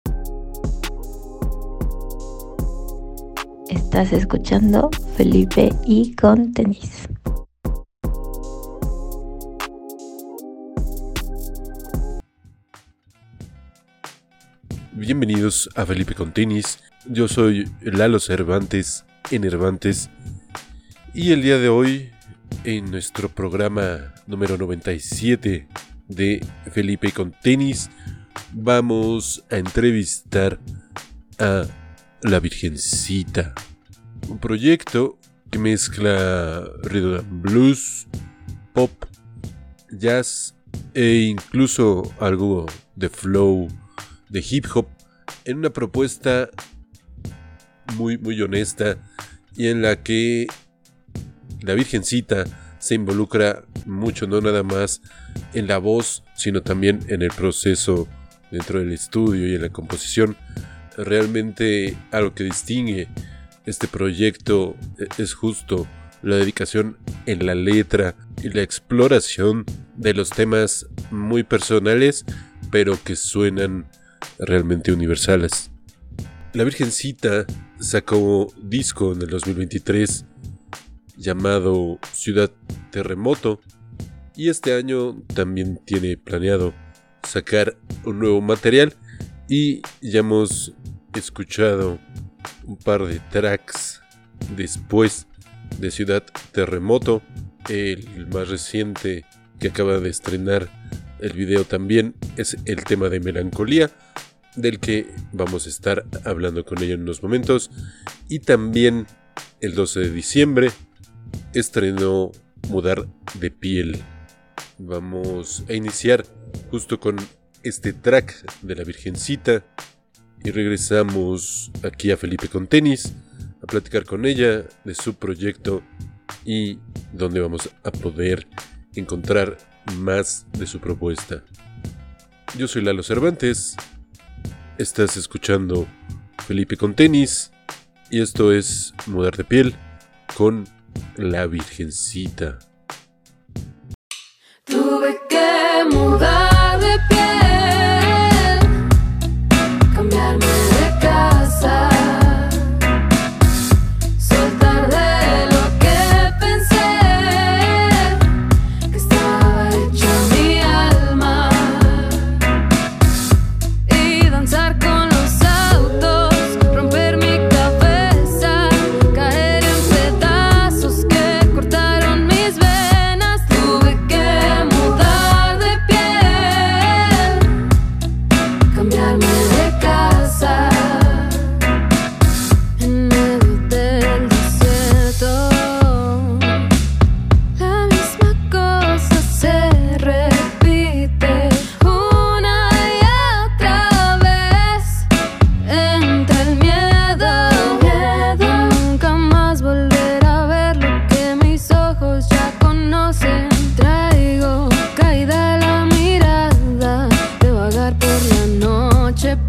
Estás escuchando Felipe y con tenis. Bienvenidos a Felipe con tenis. Yo soy Lalo Cervantes en Hervantes y el día de hoy en nuestro programa número 97 de Felipe con tenis vamos a entrevistar a La Virgencita, un proyecto que mezcla rhythm and blues, pop, jazz e incluso algo de flow, de hip hop, en una propuesta muy honesta y en la que La Virgencita se involucra mucho, no nada más en la voz, sino también en el proceso dentro del estudio y en la composición. Realmente algo que distingue este proyecto es justo la dedicación en la letra y la exploración de los temas muy personales, pero que suenan realmente universales. La Virgencita sacó disco en el 2023 llamado Ciudad Terremoto y este año también tiene planeado sacar un nuevo material y ya hemos escuchado un par de tracks después de Ciudad Terremoto. El más reciente que acaba de estrenar el video también es el tema de Melancolía, del que vamos a estar hablando con ella en unos momentos. Y también el 12 de diciembre estrenó Mudar de Piel. Vamos a iniciar justo con este track de La Virgencita y regresamos aquí a Felipe con tenis a platicar con ella de su proyecto y donde vamos a poder encontrar más de su propuesta. Yo soy Lalo Cervantes, estás escuchando Felipe con tenis y esto es Mudar de Piel con La Virgencita. Tuve que mudar de piel, cambiarme de casa, soltar de lo que pensé que estaba hecho mi alma y danzar con los autos, romper mi cabeza, caer en pedazos que cortaron mis venas. Tuve que mudar de piel, cambiarme de casa en medio del desierto. La misma cosa se repite una y otra vez. Entre el miedo, nunca más volver a ver lo que mis ojos ya conocen. Traigo caída la mirada de vagar por la noche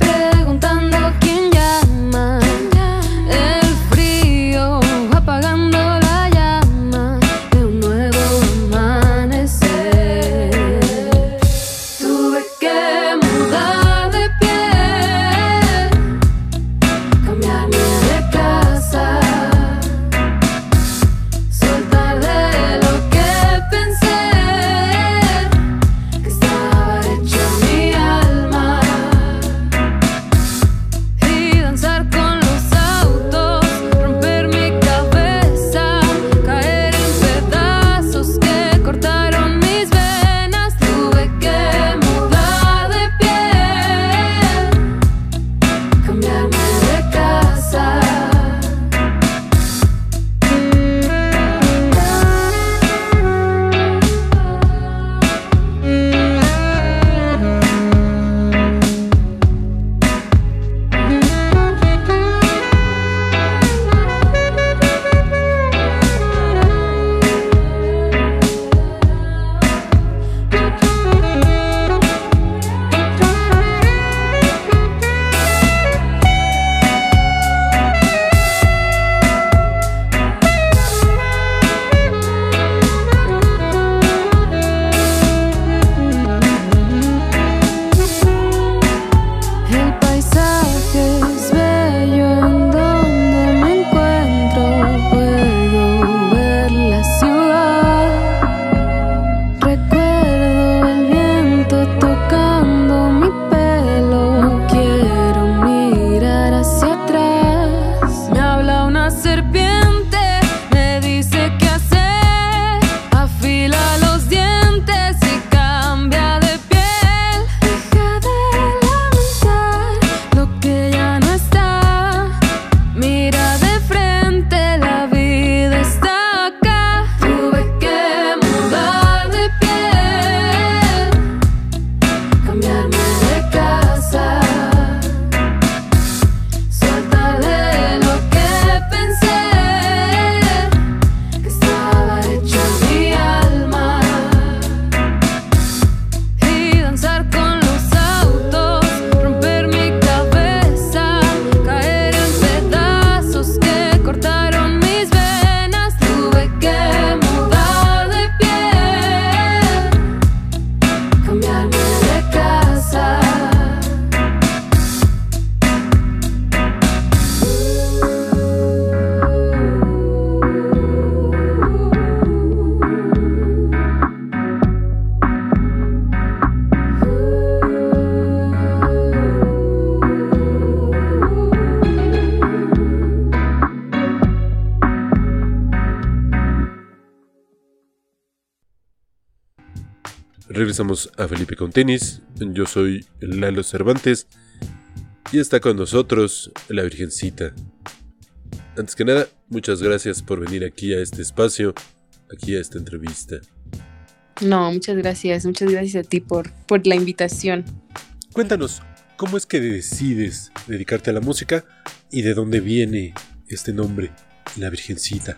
Regresamos a Felipe con Tenis. Yo soy Lalo Cervantes y está con nosotros la Virgencita. Antes que nada, muchas gracias por venir aquí a este espacio, aquí a esta entrevista. No, muchas gracias a ti por la invitación. Cuéntanos, ¿cómo es que decides dedicarte a la música y de dónde viene este nombre, la Virgencita?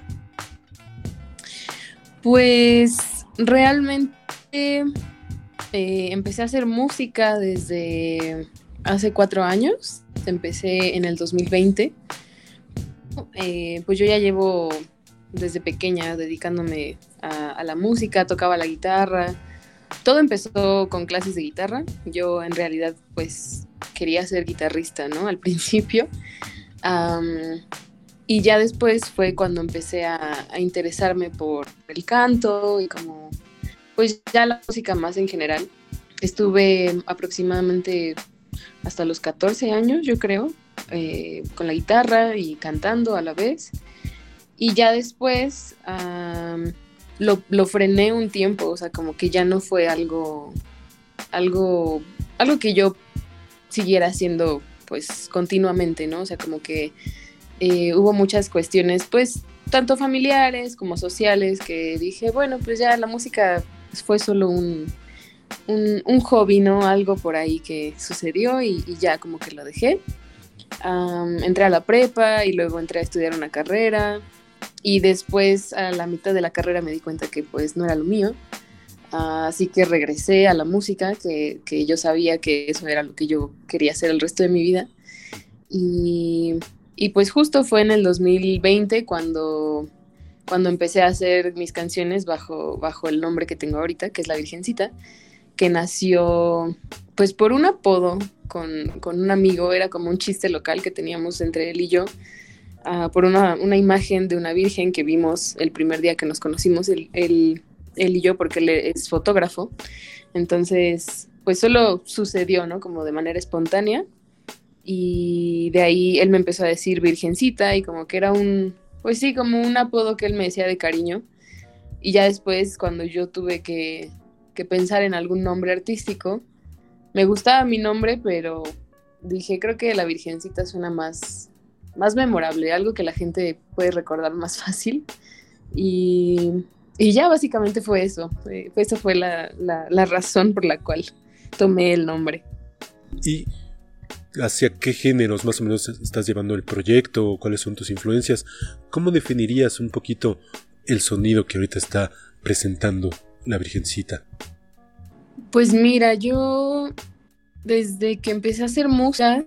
Pues realmente empecé a hacer música desde hace 4 años. Empecé en el 2020. Pues yo ya llevo desde pequeña dedicándome a la música, tocaba la guitarra. Todo empezó con clases de guitarra. Yo en realidad pues quería ser guitarrista, ¿no? Al principio. Y ya después fue cuando empecé a interesarme por el canto y como pues ya la música más en general. Estuve aproximadamente hasta los 14 años, yo creo, con la guitarra y cantando a la vez. Y ya después lo frené un tiempo, o sea, como que ya no fue algo que yo siguiera haciendo pues continuamente, ¿no? O sea, como que hubo muchas cuestiones, pues, tanto familiares como sociales, que dije, bueno, pues ya la música fue solo un hobby, ¿no? Algo por ahí que sucedió y ya como que lo dejé. Entré a la prepa y luego entré a estudiar una carrera y después a la mitad de la carrera me di cuenta que pues no era lo mío. Así que regresé a la música, que yo sabía que eso era lo que yo quería hacer el resto de mi vida. Y pues justo fue en el 2020 cuando empecé a hacer mis canciones bajo el nombre que tengo ahorita, que es La Virgencita, que nació pues por un apodo con un amigo. Era como un chiste local que teníamos entre él y yo, por una imagen de una virgen que vimos el primer día que nos conocimos, él y yo, porque él es fotógrafo. Entonces pues solo sucedió, ¿no? Como de manera espontánea. Y de ahí él me empezó a decir Virgencita y como que era pues sí, como un apodo que él me decía de cariño. Y ya después, cuando yo tuve que pensar en algún nombre artístico, me gustaba mi nombre, pero dije, creo que La Virgencita suena más memorable, algo que la gente puede recordar más fácil. Y ya básicamente fue eso. Esa fue la razón por la cual tomé el nombre. ¿Y hacia qué géneros más o menos estás llevando el proyecto? ¿Cuáles son tus influencias? ¿Cómo definirías un poquito el sonido que ahorita está presentando la Virgencita? Pues mira, yo desde que empecé a hacer música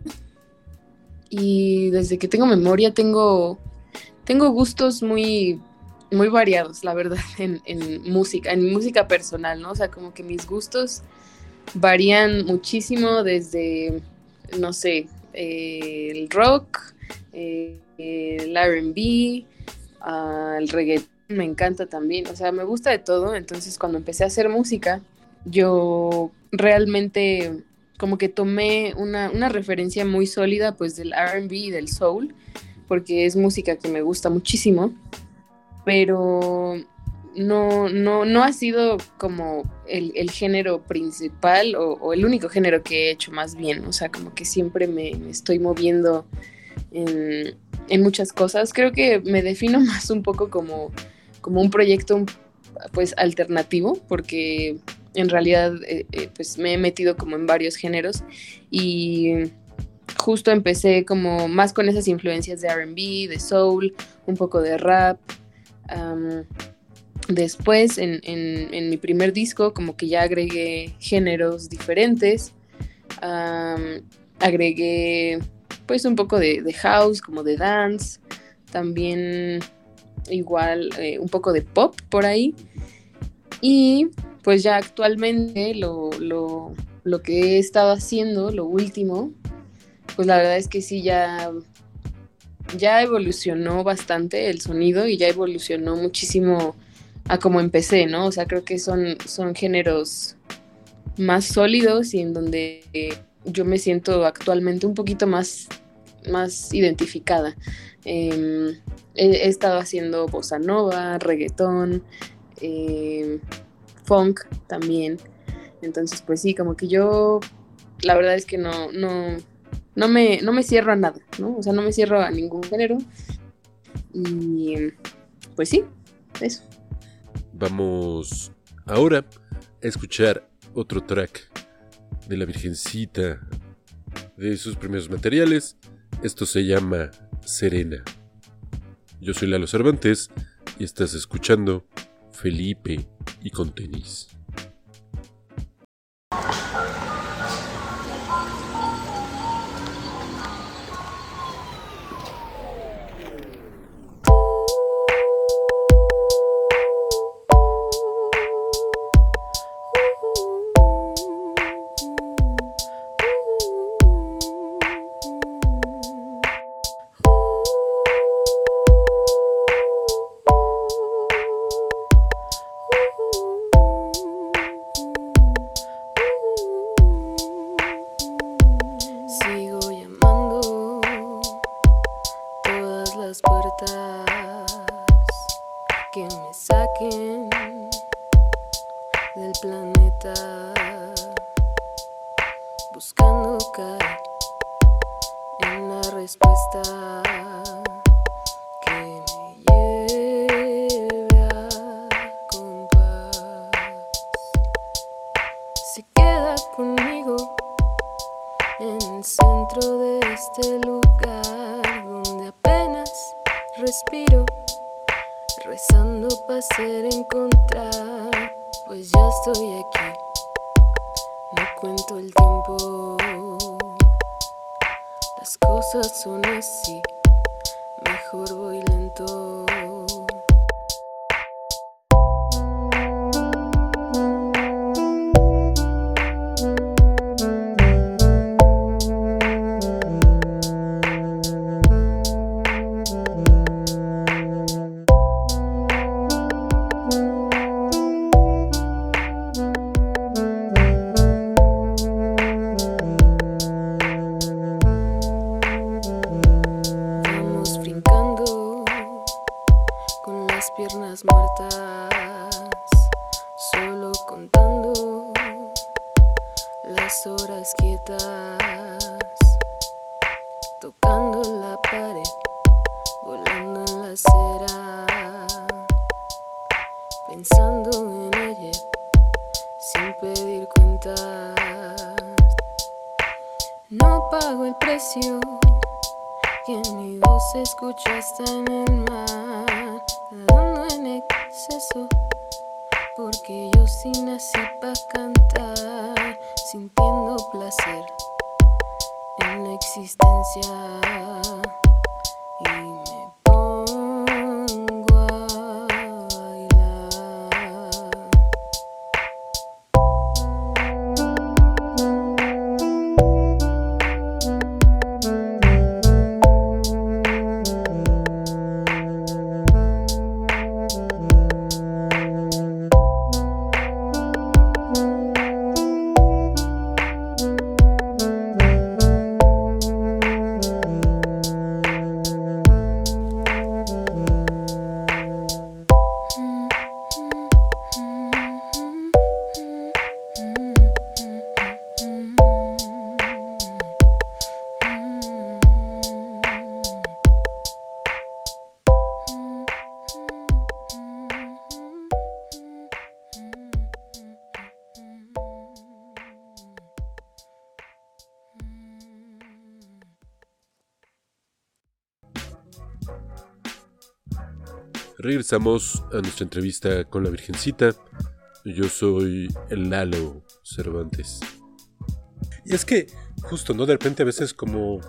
y desde que tengo memoria tengo gustos muy, muy variados, la verdad, en música personal, ¿no? O sea, como que mis gustos varían muchísimo desde, no sé, el rock, el R&B, el reggaetón me encanta también. O sea, me gusta de todo. Entonces, cuando empecé a hacer música, yo realmente como que tomé una referencia muy sólida pues del R&B y del soul, porque es música que me gusta muchísimo, pero no ha sido como el género principal o el único género que he hecho, más bien. O sea, como que siempre me estoy moviendo en muchas cosas. Creo que me defino más un poco como un proyecto pues alternativo, porque en realidad pues me he metido como en varios géneros y justo empecé como más con esas influencias de R&B, de soul, un poco de rap. Después en mi primer disco como que ya agregué géneros diferentes, agregué pues un poco de house, como de dance, también igual un poco de pop por ahí. Y pues ya actualmente lo que he estado haciendo, lo último, pues la verdad es que sí, ya evolucionó bastante el sonido y ya evolucionó muchísimo a como empecé, ¿no? O sea, creo que son géneros más sólidos y en donde yo me siento actualmente un poquito más identificada. He estado haciendo bossa nova, reggaetón, funk también. Entonces, pues sí, como que yo, la verdad es que no me cierro a nada, ¿no? O sea, no me cierro a ningún género. Y pues sí, eso. Vamos ahora a escuchar otro track de la Virgencita, de sus primeros materiales. Esto se llama Serena. Yo soy Lalo Cervantes y estás escuchando Felipe y con tenis. Regresamos a nuestra entrevista con la Virgencita. Yo soy el Lalo Cervantes. Y es que, justo, ¿no? De repente a veces como...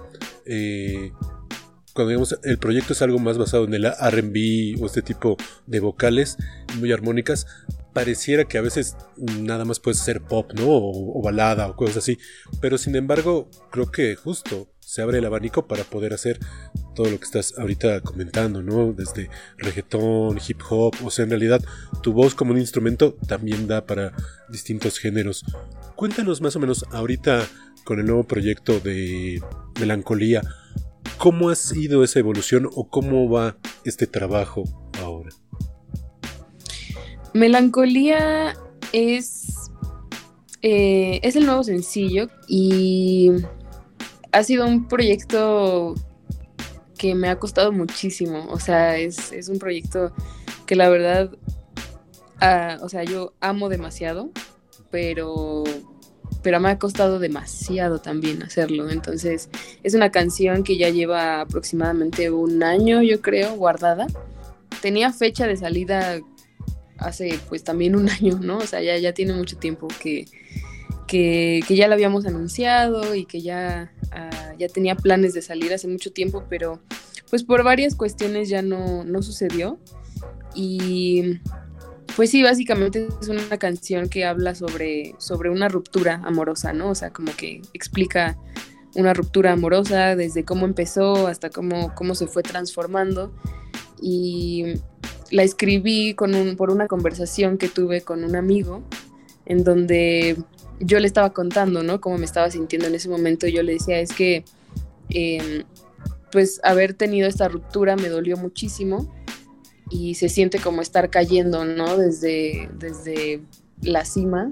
cuando digamos el proyecto es algo más basado en el R&B o este tipo de vocales muy armónicas, pareciera que a veces nada más puede ser pop, ¿no? O balada o cosas así. Pero sin embargo, creo que justo se abre el abanico para poder hacer todo lo que estás ahorita comentando, ¿no? Desde reggaetón, hip hop, o sea, en realidad tu voz como un instrumento también da para distintos géneros. Cuéntanos más o menos ahorita con el nuevo proyecto de Melancolía, ¿cómo ha sido esa evolución o cómo va este trabajo ahora? Melancolía es Es el nuevo sencillo y ha sido un proyecto que me ha costado muchísimo. O sea, es un proyecto que la verdad, o sea, yo amo demasiado, pero me ha costado demasiado también hacerlo. Entonces, es una canción que ya lleva aproximadamente un año, yo creo, guardada. Tenía fecha de salida hace pues también un año, ¿no? O sea, ya tiene mucho tiempo que ya la habíamos anunciado y que ya tenía planes de salir hace mucho tiempo, pero pues por varias cuestiones ya no sucedió. Y pues sí, básicamente es una canción que habla sobre una ruptura amorosa, ¿no? O sea, como que explica una ruptura amorosa desde cómo empezó hasta cómo se fue transformando. Y la escribí por una conversación que tuve con un amigo en donde yo le estaba contando, ¿no? Cómo me estaba sintiendo en ese momento. Y yo le decía, es que pues haber tenido esta ruptura me dolió muchísimo y se siente como estar cayendo, ¿no? Desde la cima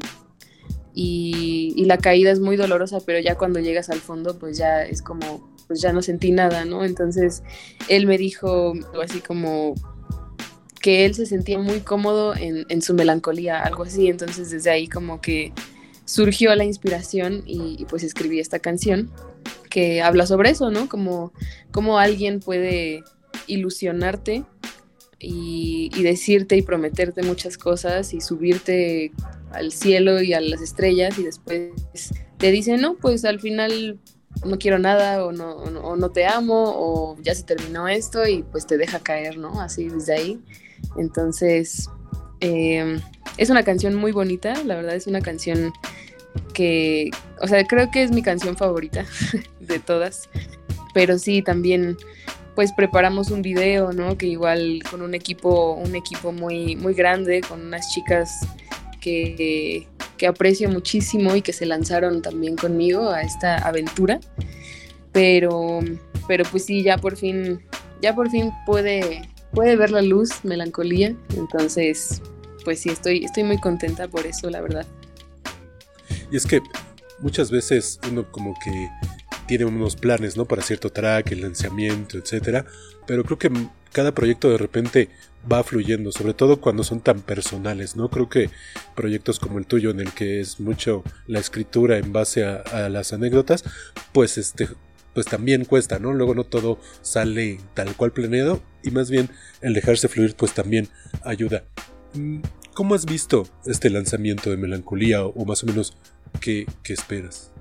y la caída es muy dolorosa, pero ya cuando llegas al fondo pues ya es como, pues ya no sentí nada, ¿no? Entonces él me dijo algo así como que él se sentía muy cómodo en su melancolía, algo así. Entonces desde ahí como que surgió la inspiración y pues escribí esta canción que habla sobre eso, ¿no? Como alguien puede ilusionarte y decirte y prometerte muchas cosas y subirte al cielo y a las estrellas y después te dice, no, pues al final no quiero nada o no te amo o ya se terminó esto y pues te deja caer, ¿no? Así desde ahí. Entonces, es una canción muy bonita, la verdad es una canción que, o sea, creo que es mi canción favorita de todas, pero sí, también pues preparamos un video, ¿no? Que igual con un equipo muy, muy grande, con unas chicas que aprecio muchísimo y que se lanzaron también conmigo a esta aventura, pero pues sí, ya por fin puede ver la luz, Melancolía. Entonces, pues sí, estoy muy contenta por eso, la verdad. Y es que muchas veces uno como que tiene unos planes, ¿no? Para cierto track, el lanzamiento, etcétera. Pero creo que cada proyecto de repente va fluyendo, sobre todo cuando son tan personales, ¿no? Creo que proyectos como el tuyo, en el que es mucho la escritura en base a las anécdotas, pues pues también cuesta, ¿no? Luego no todo sale tal cual planeado y más bien el dejarse fluir pues también ayuda. ¿Cómo has visto este lanzamiento de Melancolía o más o menos qué esperas?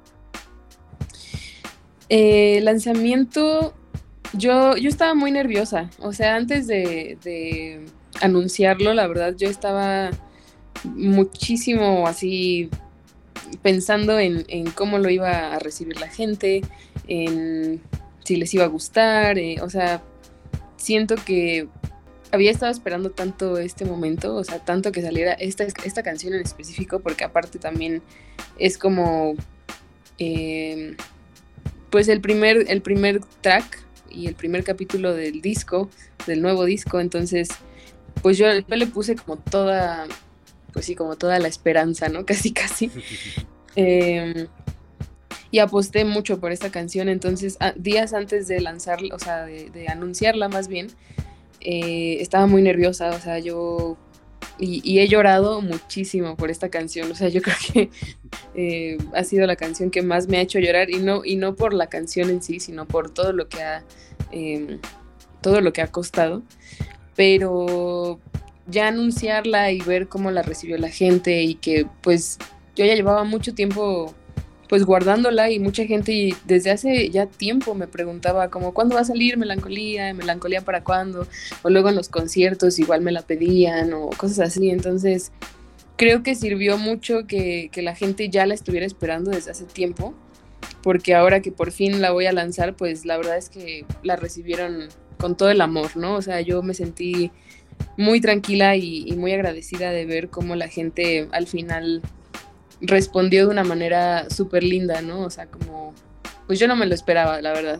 Lanzamiento, yo estaba muy nerviosa, o sea, antes de anunciarlo, la verdad yo estaba muchísimo así pensando en cómo lo iba a recibir la gente, en si les iba a gustar, o sea, siento que había estado esperando tanto este momento, o sea, tanto que saliera esta canción en específico, porque aparte también es como pues el primer track y el primer capítulo del nuevo disco. Entonces pues yo le puse como toda, pues sí, como toda la esperanza, ¿no? Casi y aposté mucho por esta canción. Entonces días antes de lanzarla, o sea, de anunciarla más bien, estaba muy nerviosa, o sea, yo y he llorado muchísimo por esta canción. O sea, yo creo que ha sido la canción que más me ha hecho llorar, y no por la canción en sí, sino por todo lo que ha costado. Pero ya anunciarla y ver cómo la recibió la gente, y que pues yo ya llevaba mucho tiempo pues guardándola, y mucha gente desde hace ya tiempo me preguntaba como ¿cuándo va a salir Melancolía para cuándo? O luego en los conciertos igual me la pedían o cosas así. Entonces creo que sirvió mucho que la gente ya la estuviera esperando desde hace tiempo, porque ahora que por fin la voy a lanzar, pues la verdad es que la recibieron con todo el amor, ¿no? O sea, yo me sentí muy tranquila y muy agradecida de ver cómo la gente al final respondió de una manera súper linda, ¿no? O sea, como, pues yo no me lo esperaba, la verdad.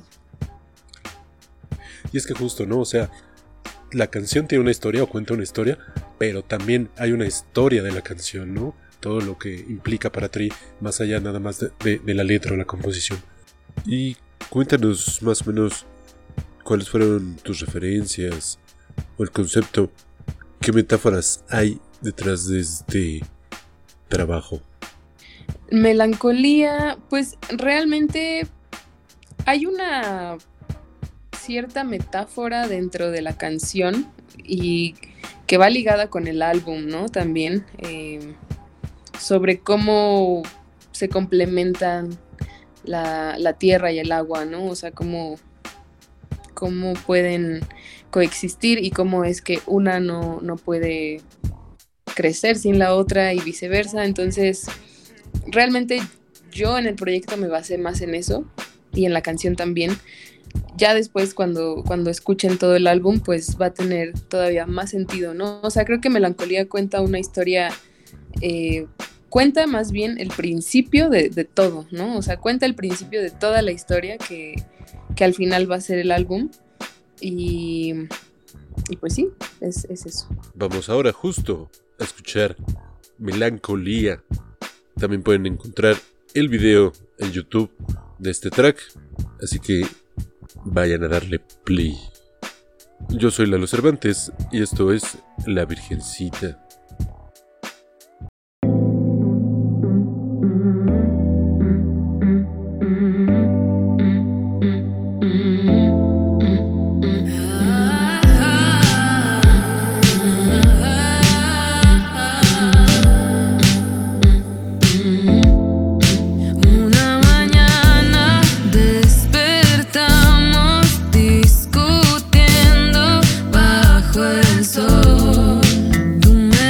Y es que justo, ¿no? O sea, la canción tiene una historia o cuenta una historia, pero también hay una historia de la canción, ¿no? todo lo que implica para ti, más allá nada más de la letra o la composición. Y cuéntanos más o menos cuáles fueron tus referencias o el concepto, qué metáforas hay detrás de este trabajo. Melancolía, pues realmente hay una cierta metáfora dentro de la canción y que va ligada con el álbum, ¿no? También sobre cómo se complementan la tierra y el agua, ¿no? O sea, cómo pueden coexistir y cómo es que una no puede crecer sin la otra y viceversa. Entonces, realmente yo en el proyecto me basé más en eso y en la canción también. Ya después cuando escuchen todo el álbum, pues va a tener todavía más sentido, ¿no? O sea, creo que Melancolía cuenta una historia, cuenta más bien el principio de todo, ¿no? O sea, cuenta el principio de toda la historia que al final va a ser el álbum. Y pues sí, es eso. Vamos ahora justo a escuchar Melancolía. También pueden encontrar el video en YouTube de este track, así que vayan a darle play. Yo soy Lalo Cervantes y esto es La Virgencita. Tú me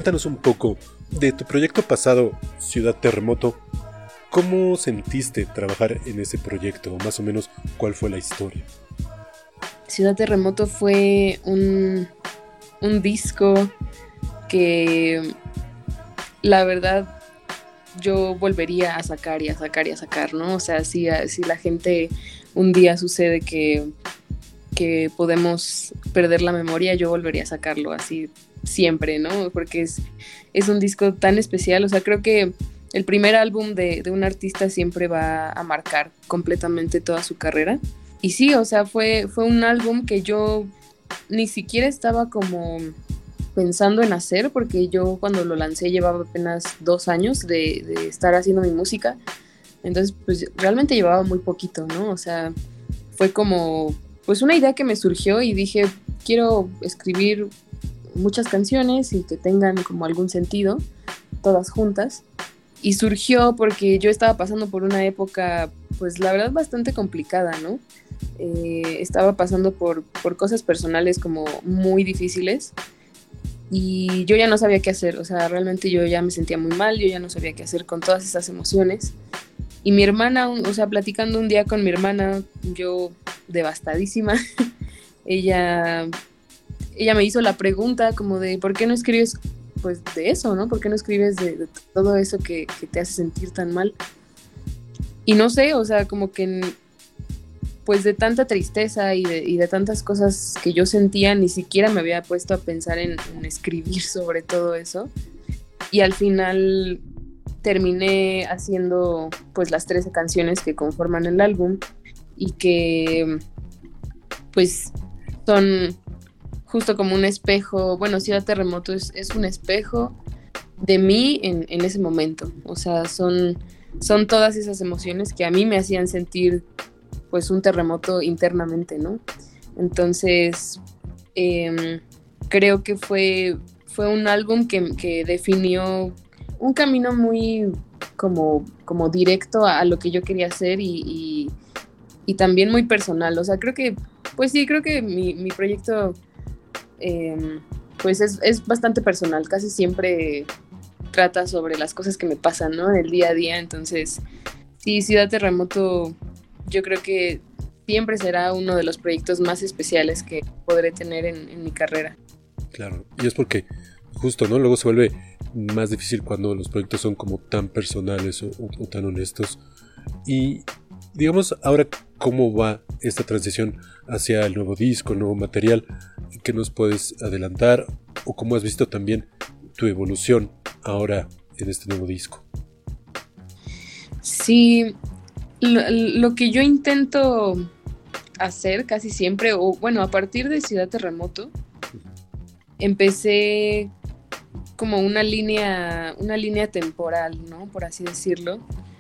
cuéntanos un poco de tu proyecto pasado, Ciudad Terremoto. ¿Cómo sentiste trabajar en ese proyecto? Más o menos, ¿cuál fue la historia? Ciudad Terremoto fue un disco que la verdad yo volvería a sacar y a sacar y a sacar, ¿no? O sea, si la gente un día sucede que podemos perder la memoria, yo volvería a sacarlo así siempre, ¿no? Porque es un disco tan especial. O sea, creo que el primer álbum de un artista siempre va a marcar completamente toda su carrera. Y sí, o sea, fue un álbum que yo ni siquiera estaba como pensando en hacer, porque yo cuando lo lancé llevaba apenas 2 años de estar haciendo mi música. Entonces, pues realmente llevaba muy poquito, ¿no? O sea, fue como pues una idea que me surgió y dije, quiero escribir muchas canciones y que tengan como algún sentido, todas juntas. Y surgió porque yo estaba pasando por una época, pues la verdad bastante complicada, ¿no? Estaba pasando por cosas personales como muy difíciles y yo ya no sabía qué hacer. O sea, realmente yo ya me sentía muy mal, yo ya no sabía qué hacer con todas esas emociones. Y mi hermana, o sea, platicando un día con mi hermana, yo devastadísima, ella me hizo la pregunta como de ¿por qué no escribes pues de eso, ¿no? ¿Por qué no escribes de todo eso que te hace sentir tan mal? Y no sé, o sea, como que pues de tanta tristeza y de tantas cosas que yo sentía, ni siquiera me había puesto a pensar en escribir sobre todo eso. Y al final terminé haciendo pues las 13 canciones que conforman el álbum y que pues son justo como un espejo. Bueno, Ciudad Terremoto es un espejo de mí en ese momento. O sea, son todas esas emociones que a mí me hacían sentir pues un terremoto internamente, ¿no? Entonces creo que fue un álbum que definió un camino muy como directo a lo que yo quería hacer y también muy personal. O sea, creo que mi proyecto pues es bastante personal. Casi siempre trata sobre las cosas que me pasan, ¿no? En el día a día. Entonces, sí, Ciudad Terremoto yo creo que siempre será uno de los proyectos más especiales que podré tener en mi carrera. Claro, y es porque justo, ¿no? Luego se vuelve más difícil cuando los proyectos son como tan personales o tan honestos. Y digamos, ahora, ¿cómo va esta transición hacia el nuevo disco, el nuevo material? ¿Qué nos puedes adelantar? ¿O cómo has visto también tu evolución ahora en este nuevo disco? Sí, lo que yo intento hacer casi siempre, o bueno, a partir de Ciudad Terremoto, empecé como una línea temporal, ¿no? Por así decirlo.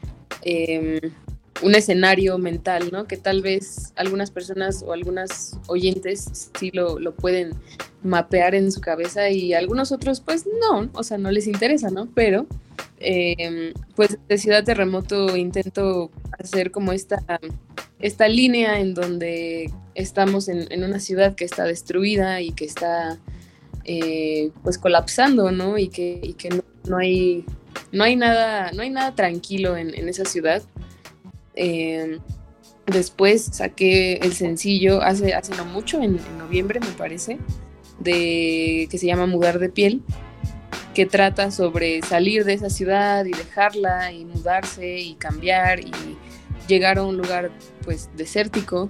Un escenario mental, ¿no? Que tal vez algunas personas o algunas oyentes sí lo pueden mapear en su cabeza y algunos otros pues no, o sea, no les interesa, ¿no? Pero pues de Ciudad Terremoto intento hacer como esta línea en donde estamos en una ciudad que está destruida y que está pues colapsando, ¿no? Y que no hay nada tranquilo en esa ciudad. Después saqué el sencillo hace no mucho, en noviembre me parece, que se llama Mudar de Piel, que trata sobre salir de esa ciudad y dejarla y mudarse y cambiar y llegar a un lugar pues desértico,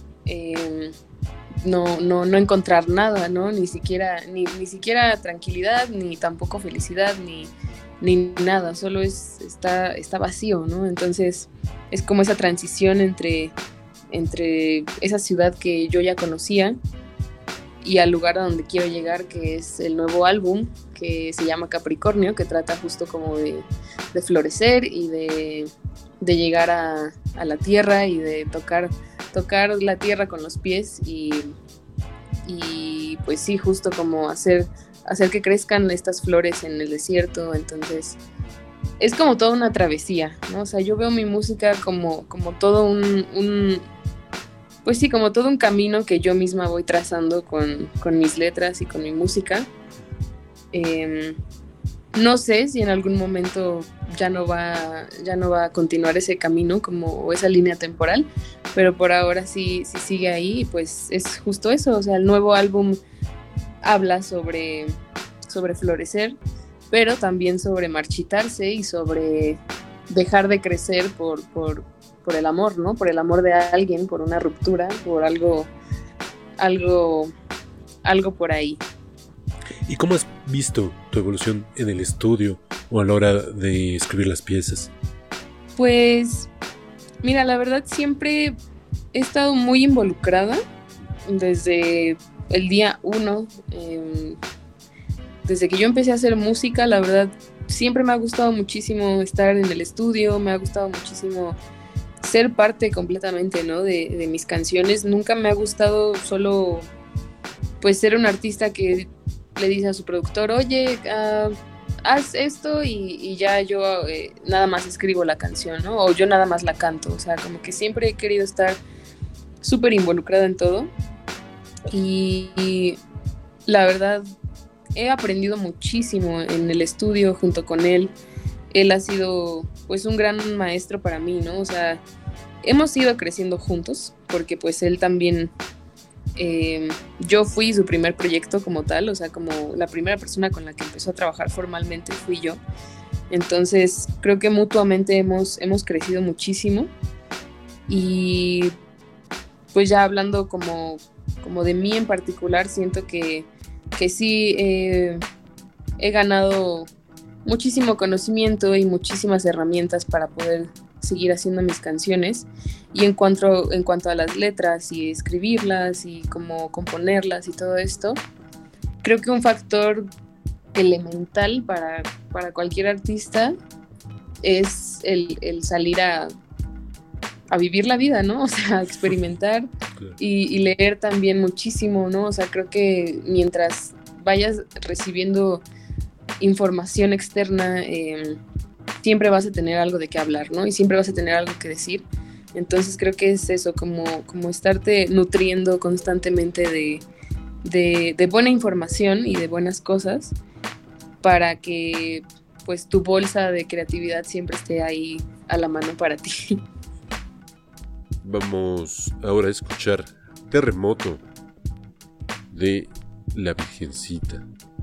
no encontrar nada, ¿no? Ni siquiera tranquilidad, ni tampoco felicidad, ni nada, solo está vacío, ¿no? Entonces es como esa transición entre esa ciudad que yo ya conocía y al lugar a donde quiero llegar, que es el nuevo álbum que se llama Capricornio, que trata justo como de florecer y de llegar a la tierra y de tocar la tierra con los pies y pues sí, justo como hacer que crezcan estas flores en el desierto. Entonces es como toda una travesía, ¿no? O sea, yo veo mi música como todo pues sí, como todo un camino que yo misma voy trazando con mis letras y con mi música. No sé si en algún momento ya no va a continuar ese camino o esa línea temporal, pero por ahora sí sigue ahí, y pues es justo eso. O sea, el nuevo álbum habla sobre florecer, pero también sobre marchitarse y sobre dejar de crecer por el amor, ¿no? Por el amor de alguien, por una ruptura, por algo por ahí. ¿Y cómo has visto tu evolución en el estudio o a la hora de escribir las piezas? Pues, mira, la verdad siempre he estado muy involucrada desde el día 1. Desde que yo empecé a hacer música, la verdad, siempre me ha gustado muchísimo estar en el estudio, me ha gustado muchísimo ser parte completamente, ¿no? de mis canciones. Nunca me ha gustado solo, pues, ser un artista que le dice a su productor, oye, haz esto y ya yo nada más escribo la canción, ¿no? O yo nada más la canto. O sea, como que siempre he querido estar súper involucrada en todo. Y la verdad, he aprendido muchísimo en el estudio junto con él. Él ha sido, pues, un gran maestro para mí, ¿no? O sea, hemos ido creciendo juntos, porque pues él también... yo fui su primer proyecto como tal, o sea, como la primera persona con la que empezó a trabajar formalmente fui yo. Entonces creo que mutuamente hemos crecido muchísimo. Y pues ya hablando como de mí en particular, siento que sí he ganado muchísimo conocimiento y muchísimas herramientas para poder seguir haciendo mis canciones. Y en cuanto a las letras y escribirlas y cómo componerlas y todo esto, creo que un factor elemental para cualquier artista es el salir a vivir la vida, ¿no? O sea, experimentar y leer también muchísimo, ¿no? O sea, creo que mientras vayas recibiendo información externa, siempre vas a tener algo de qué hablar, ¿no? Y siempre vas a tener algo que decir. Entonces creo que es eso, como estarte nutriendo constantemente de buena información y de buenas cosas, para que pues tu bolsa de creatividad siempre esté ahí a la mano para ti. Vamos ahora a escuchar Terremoto de La Virgencita.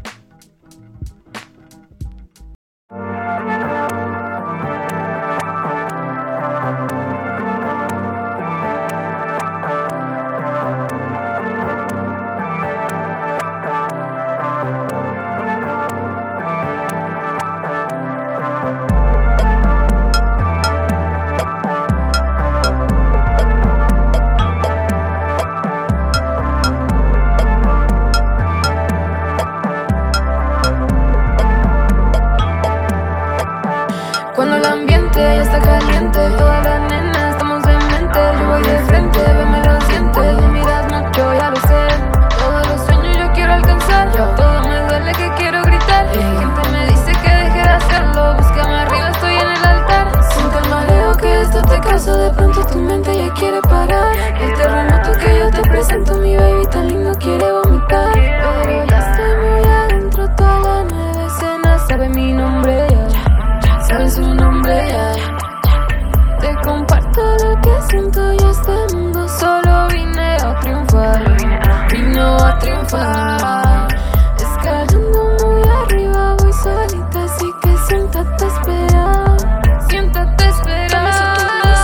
Cuando el ambiente ya está caliente, todas las nenas estamos en mente. Yo voy de frente, me lo sientes. Me miras mucho, ya lo sé. Todos los sueños yo quiero alcanzar. Todo me duele que quiero gritar. Gente me dice que deje de hacerlo. Búscame arriba, estoy en el altar. Siento el mareo que esto te causa. De pronto tu mente ya quiere parar. El terremoto que yo te presento, mi baby tan lindo quiere vomitar. Pero ya estoy muy adentro, toda la nueva escena sabe mi nombre ya. Sabe su nombre ya. Te comparto lo que siento, yo este mundo solo vine a triunfar. Vino a triunfar. Escalando muy arriba, voy solita, así que siéntate a esperar. Siéntate a esperar.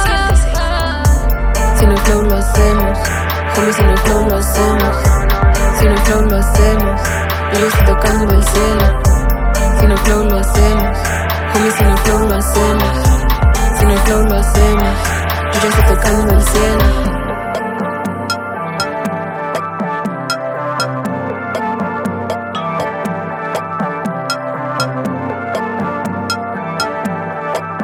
Si no flow lo hacemos, homie, si no flow lo hacemos. Si no flow lo hacemos, yo estoy tocando el cielo. Si no flow lo hacemos, homie, si no flow lo hacemos. Si no flow lo hacemos, yo estoy tocando el cielo.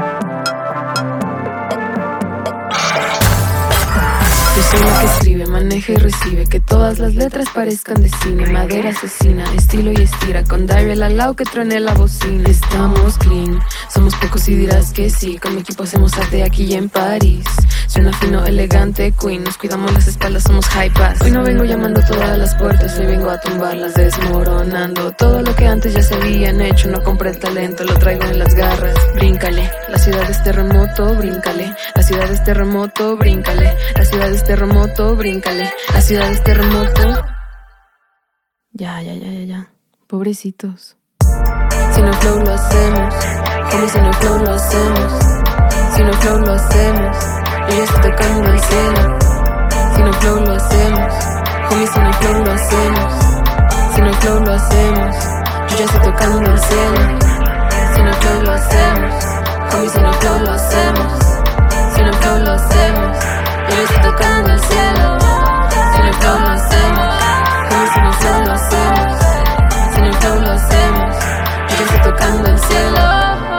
Yo soy la que escribe, maneja deja y recibe, que todas las letras parezcan de cine. Madera asesina, estilo y estira, con Daryl al lado que truene la bocina. Estamos clean, somos pocos y dirás que sí. Con mi equipo hacemos arte aquí y en París. Suena fino, elegante, queen. Nos cuidamos las espaldas, somos high pass. Hoy no vengo llamando todas las puertas, hoy vengo a tumbarlas, desmoronando todo lo que antes ya se habían hecho. No compré el talento, lo traigo en las garras. Bríncale, la ciudad es terremoto, bríncale. La ciudad es terremoto, bríncale. La ciudad es terremoto, bríncale. La ciudad es terremoto. Ya. Pobrecitos. Sin el flow lo hacemos, homie, sin el flow lo hacemos. Sin el flow lo hacemos, yo ya estoy tocando el cielo. Sin el flow lo hacemos, homie, sin el flow lo hacemos. Sin el flow lo hacemos, yo ya estoy tocando el cielo. Sin el flow lo hacemos, homie, sin el flow lo hacemos. Sin el flow lo hacemos, yo ya estoy tocando el cielo. Sin el flow lo hacemos, homie, sin el flow lo hacemos. Sin el flow lo hacemos, yo ya estoy tocando el cielo.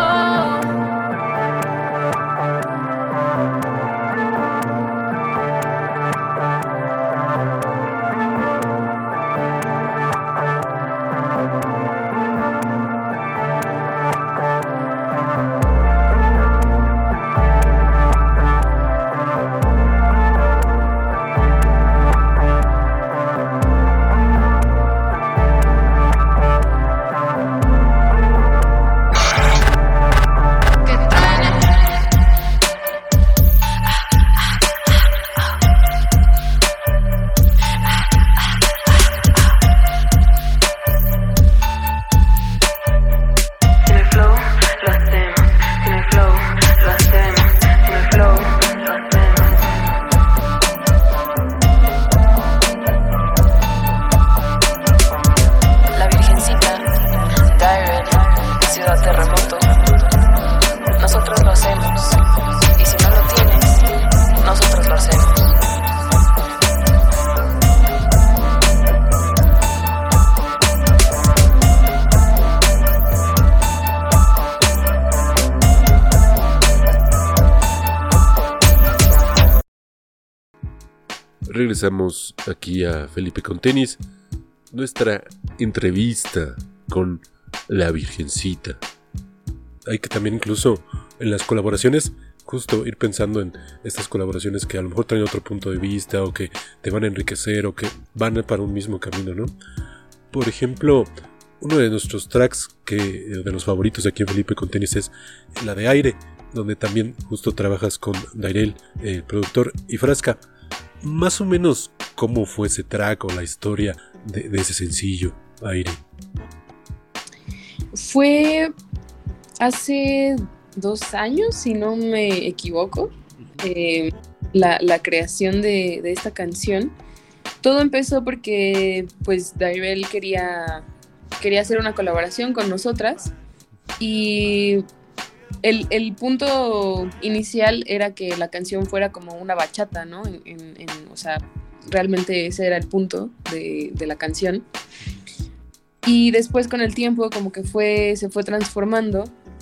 Regresamos aquí a Felipe con Tenis, nuestra entrevista con la Virgencita. Hay que también incluso en las colaboraciones justo ir pensando en estas colaboraciones que a lo mejor traen otro punto de vista o que te van a enriquecer o que van para un mismo camino, ¿no? Por ejemplo, uno de nuestros tracks de los favoritos aquí en Felipe con Tenis es la de Aire, donde también justo trabajas con Daryl, el productor, y Frasca. Más o menos, ¿cómo fue ese track o la historia de ese sencillo, Aire? Fue hace 2 años, si no me equivoco, la creación de esta canción. Todo empezó porque pues Daryl quería hacer una colaboración con nosotras y el punto inicial era que la canción fuera como una bachata, ¿no? O sea, realmente ese era el punto de la canción. Y después con el tiempo como que se fue transformando.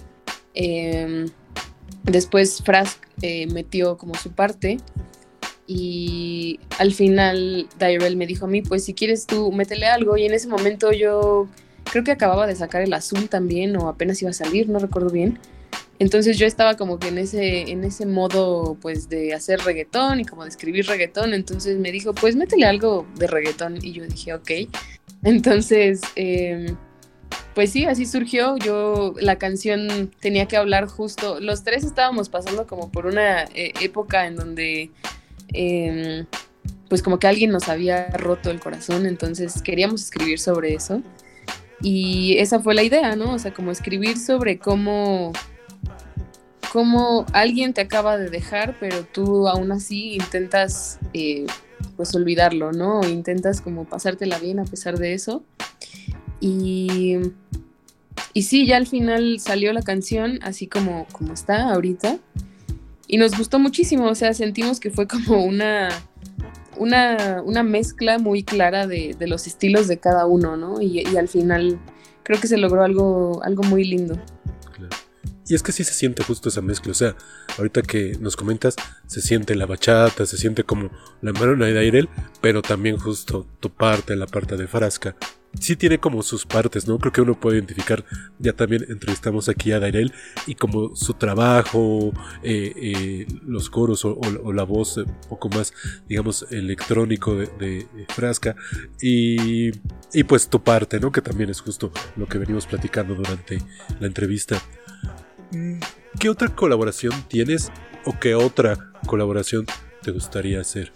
Después Frask metió como su parte y al final Daryl me dijo a mí, pues si quieres tú métele algo, y en ese momento yo creo que acababa de sacar El Azul también o apenas iba a salir, no recuerdo bien. Entonces yo estaba como que en ese modo pues de hacer reggaetón y como de escribir reggaetón. Entonces me dijo, pues métele algo de reggaetón, y yo dije ok. Entonces pues sí, así surgió. La canción tenía que hablar justo, los tres estábamos pasando como por una época en donde pues como que alguien nos había roto el corazón, entonces queríamos escribir sobre eso. Y esa fue la idea, ¿no? O sea, como escribir sobre cómo alguien te acaba de dejar, pero tú aún así intentas pues olvidarlo, ¿no? O intentas como pasártela bien a pesar de eso. Y sí, ya al final salió la canción así como está ahorita. Y nos gustó muchísimo, o sea, sentimos que fue como una mezcla muy clara de los estilos de cada uno, ¿no? Y al final creo que se logró algo muy lindo. Claro. Y es que sí se siente justo esa mezcla, o sea, ahorita que nos comentas, se siente la bachata, se siente como la mano de Dairel, pero también justo tu parte, la parte de Frasca. Sí tiene como sus partes, ¿no? Creo que uno puede identificar, ya también entrevistamos aquí a Dairel, y como su trabajo, los coros o la voz un poco más, digamos, electrónico de Frasca, y pues tu parte, ¿no? Que también es justo lo que venimos platicando durante la entrevista. ¿Qué otra colaboración tienes o qué otra colaboración te gustaría hacer?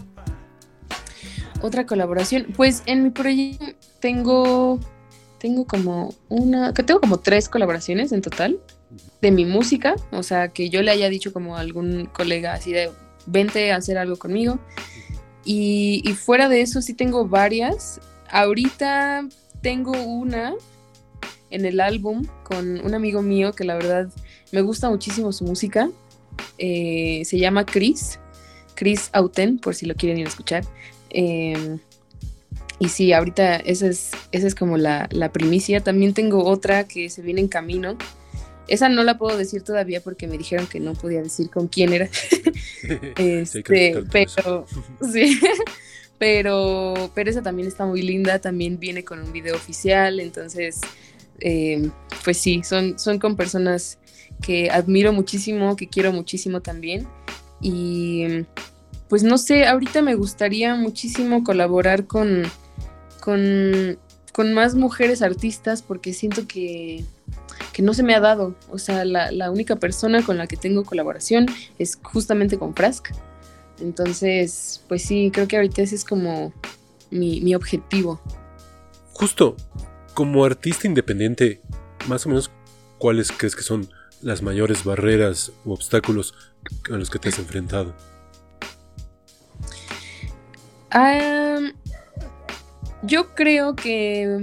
Otra colaboración, pues en mi proyecto tengo como tres colaboraciones en total de mi música, o sea, que yo le haya dicho como a algún colega así de vente a hacer algo conmigo, y fuera de eso sí tengo varias. Ahorita tengo una en el álbum con un amigo mío que la verdad me gusta muchísimo su música, se llama Chris Auten, por si lo quieren ir a escuchar. Y sí, ahorita esa es como la primicia. También tengo otra que se viene en camino. Esa no la puedo decir todavía porque me dijeron que no podía decir con quién era. Sí, pero esa también está muy linda. También viene con un video oficial. Entonces, pues sí, son con personas que admiro muchísimo, que quiero muchísimo también. Y pues no sé, ahorita me gustaría muchísimo colaborar con más mujeres artistas porque siento que no se me ha dado. O sea, la única persona con la que tengo colaboración es justamente con Frask. Entonces, pues sí, creo que ahorita ese es como mi objetivo. Justo, como artista independiente, más o menos, ¿cuáles crees que son las mayores barreras u obstáculos a los que te has enfrentado? Yo creo que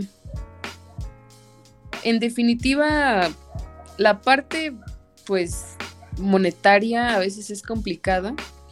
en definitiva la parte pues monetaria a veces es complicada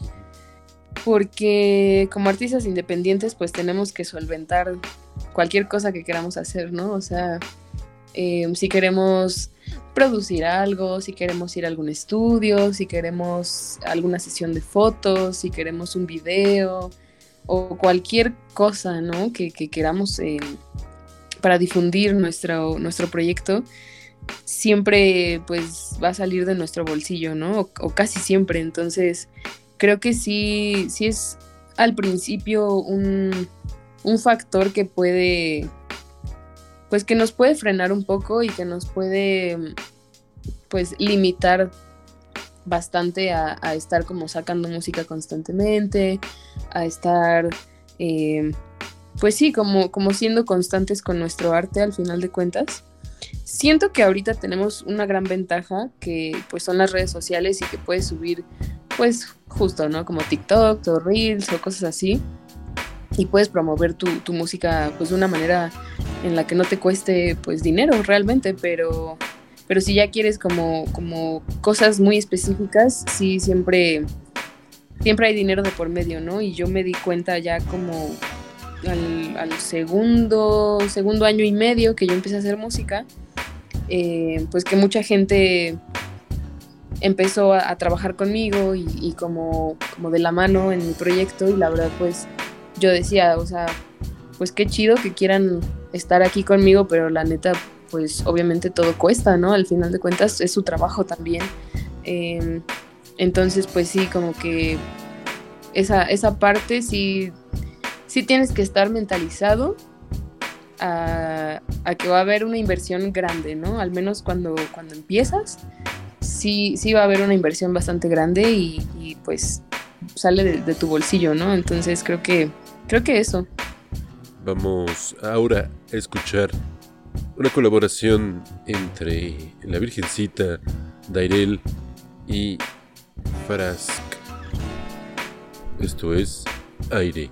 porque como artistas independientes pues tenemos que solventar cualquier cosa que queramos hacer, ¿no? O sea, si queremos producir algo, si queremos ir a algún estudio, si queremos alguna sesión de fotos, si queremos un video o cualquier cosa, ¿no? que queramos para difundir nuestro proyecto, siempre pues va a salir de nuestro bolsillo, ¿no? O casi siempre. Entonces creo que sí es al principio un factor que puede, pues que nos puede frenar un poco y que nos puede pues limitar bastante a estar como sacando música constantemente, a estar pues sí, como siendo constantes con nuestro arte al final de cuentas. Siento que ahorita tenemos una gran ventaja que pues son las redes sociales y que puedes subir pues justo, ¿no? Como TikTok o Reels o cosas así, y puedes promover tu música pues de una manera en la que no te cueste pues dinero realmente, pero si ya quieres como cosas muy específicas, sí, siempre hay dinero de por medio, ¿no? Y yo me di cuenta ya como al segundo año y medio que yo empecé a hacer música, pues que mucha gente empezó a trabajar conmigo y como de la mano en mi proyecto, y la verdad pues yo decía, o sea, pues qué chido que quieran estar aquí conmigo, pero la neta pues obviamente todo cuesta, ¿no? Al final de cuentas es su trabajo también. Entonces pues sí, como que esa parte sí tienes que estar mentalizado a que va a haber una inversión grande, ¿no? Al menos cuando empiezas, sí va a haber una inversión bastante grande y pues sale de tu bolsillo, ¿no? Entonces creo que eso. Vamos ahora a escuchar una colaboración entre la Virgencita, Dairel y Frask. Esto es Aire.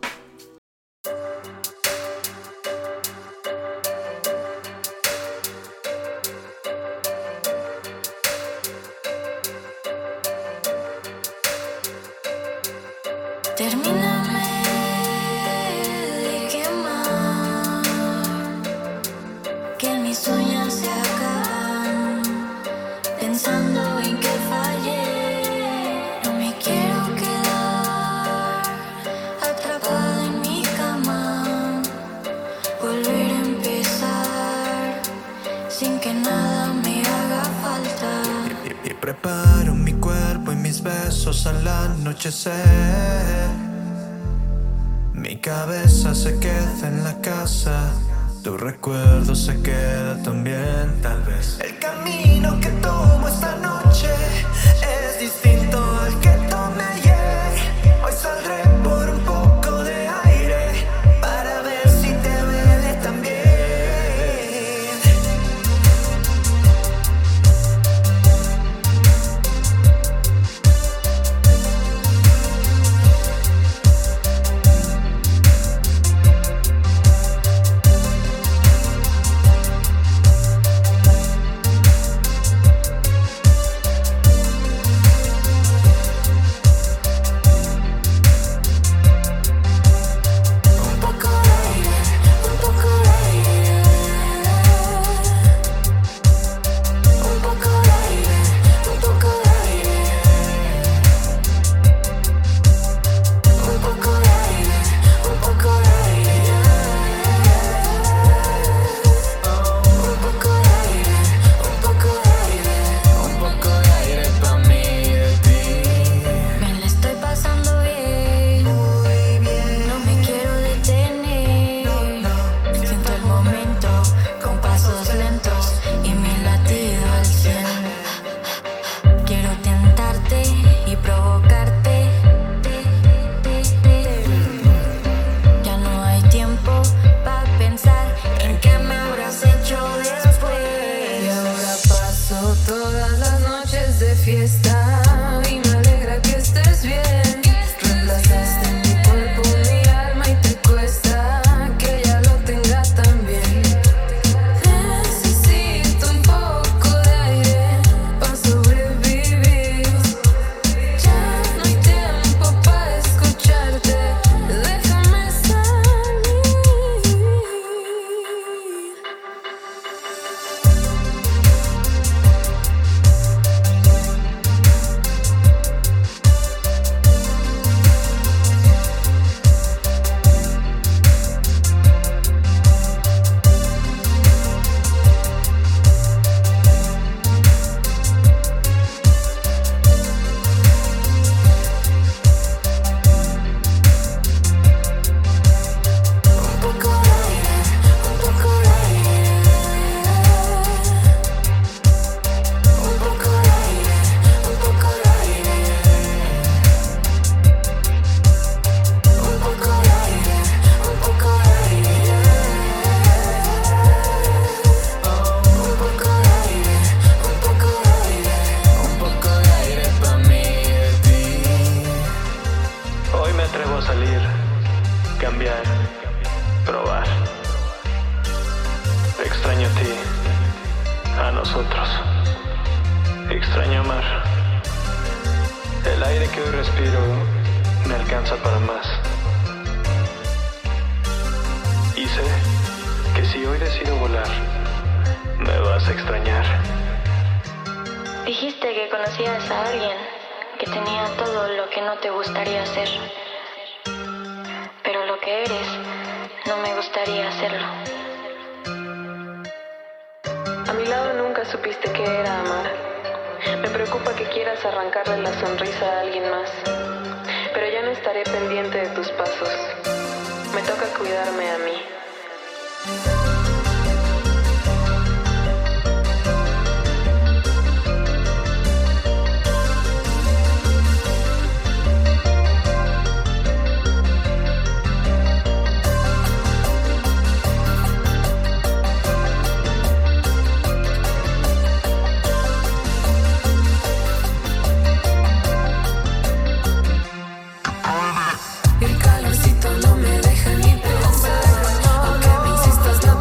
Termíname de quemar, que mis sueños se acaban. mis besos al anochecer. Mi cabeza se queda en la casa, tu recuerdo se queda también, tal vez. El camino que tomo esta noche es distinto al que tomé ayer. Hoy saldré por un poco de aire para ver si te duele también. El calorcito no me deja ni pensar, aunque me insistas no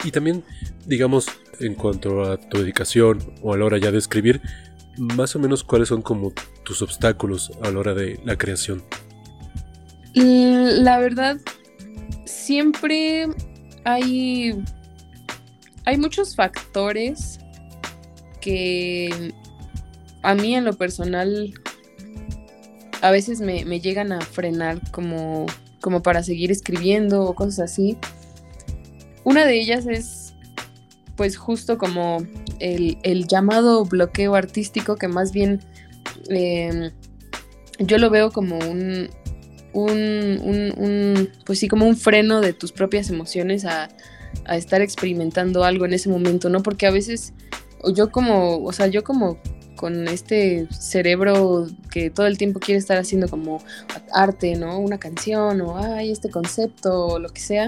Y también, digamos, en cuanto a tu dedicación o a la hora ya de escribir, más o menos cuáles son como tus obstáculos a la hora de la creación. La verdad, siempre hay muchos factores que a mí en lo personal a veces me llegan a frenar como para seguir escribiendo o cosas así. Una de ellas es pues justo como el llamado bloqueo artístico, que más bien yo lo veo como pues sí, como un freno de tus propias emociones a estar experimentando algo en ese momento, ¿no? Porque a veces yo como con este cerebro que todo el tiempo quiere estar haciendo como arte, ¿no? Una canción o este concepto o lo que sea.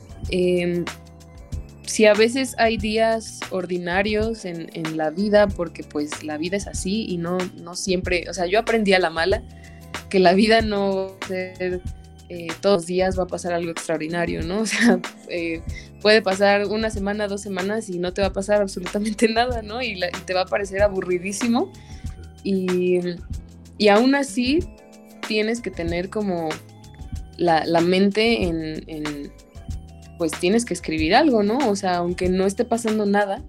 Si a veces hay días ordinarios en la vida, porque pues la vida es así y no siempre, o sea, yo aprendí a la mala que la vida no va a ser todos los días va a pasar algo extraordinario, ¿no? O sea, puede pasar una semana, 2 semanas y no te va a pasar absolutamente nada, ¿no? Y te va a parecer aburridísimo y aún así tienes que tener como la mente en pues tienes que escribir algo, ¿no? O sea, aunque no esté pasando nada,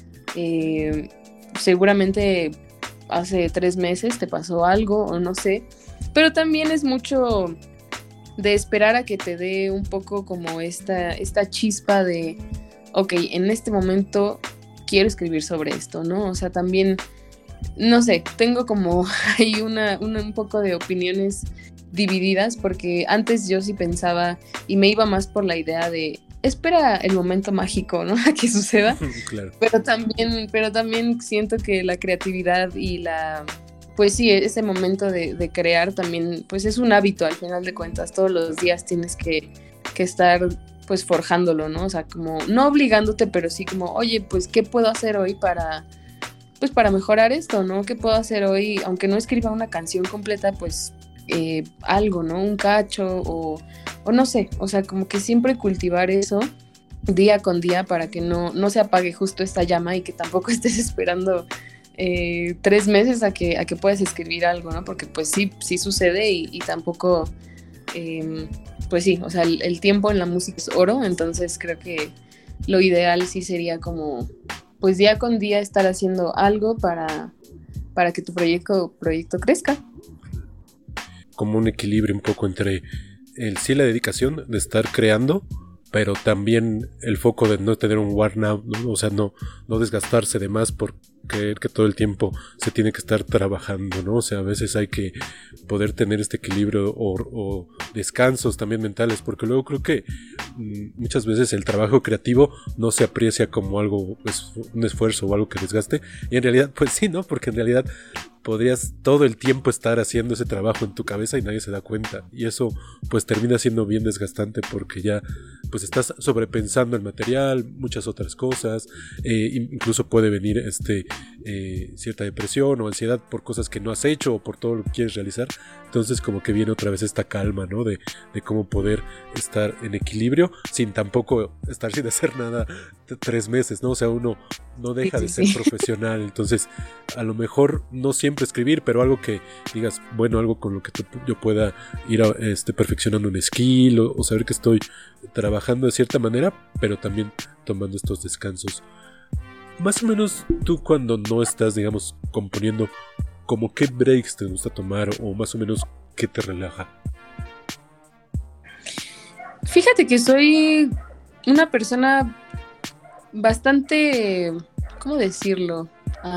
seguramente hace 3 meses te pasó algo o no sé, pero también es mucho de esperar a que te dé un poco como esta chispa de, ok, en este momento quiero escribir sobre esto, ¿no? O sea, también, no sé, tengo como ahí un poco de opiniones divididas, porque antes yo sí pensaba y me iba más por la idea de espera el momento mágico, ¿no? A que suceda. Claro. Pero también siento que la creatividad y pues sí, ese momento de crear también, pues es un hábito al final de cuentas. Todos los días tienes que estar pues forjándolo, ¿no? O sea, como no obligándote, pero sí como, oye, pues ¿qué puedo hacer hoy para mejorar esto, ¿no? ¿Qué puedo hacer hoy? Aunque no escriba una canción completa, pues algo, ¿no? Un cacho o no sé, o sea, como que siempre cultivar eso día con día para que no se apague justo esta llama y que tampoco estés esperando 3 meses a que puedas escribir algo, ¿no? Porque pues sí sucede y tampoco, pues sí, o sea, el tiempo en la música es oro, entonces creo que lo ideal sí sería como, pues día con día estar haciendo algo para que tu proyecto crezca. Como un equilibrio un poco entre la dedicación de estar creando, pero también el foco de no tener un worn-out, ¿no? O sea, no desgastarse de más por creer que todo el tiempo se tiene que estar trabajando, ¿no? O sea, a veces hay que poder tener este equilibrio o descansos también mentales, porque luego creo que muchas veces el trabajo creativo no se aprecia como algo, pues, un esfuerzo o algo que desgaste, y en realidad, pues sí, ¿no? Porque en realidad podrías todo el tiempo estar haciendo ese trabajo en tu cabeza y nadie se da cuenta, y eso pues termina siendo bien desgastante porque ya pues estás sobrepensando el material, muchas otras cosas, incluso puede venir cierta depresión o ansiedad por cosas que no has hecho o por todo lo que quieres realizar. Entonces como que viene otra vez esta calma, ¿no? De cómo poder estar en equilibrio sin tampoco estar sin hacer nada 3 meses, ¿no? O sea, uno no deja de ser profesional, entonces a lo mejor no siempre escribir, pero algo que digas, bueno, algo con lo que yo pueda ir perfeccionando un skill o saber que estoy trabajando de cierta manera, pero también tomando estos descansos. Más o menos tú cuando no estás, digamos, componiendo, ¿como qué breaks te gusta tomar o más o menos qué te relaja? Fíjate que soy una persona bastante, ¿cómo decirlo?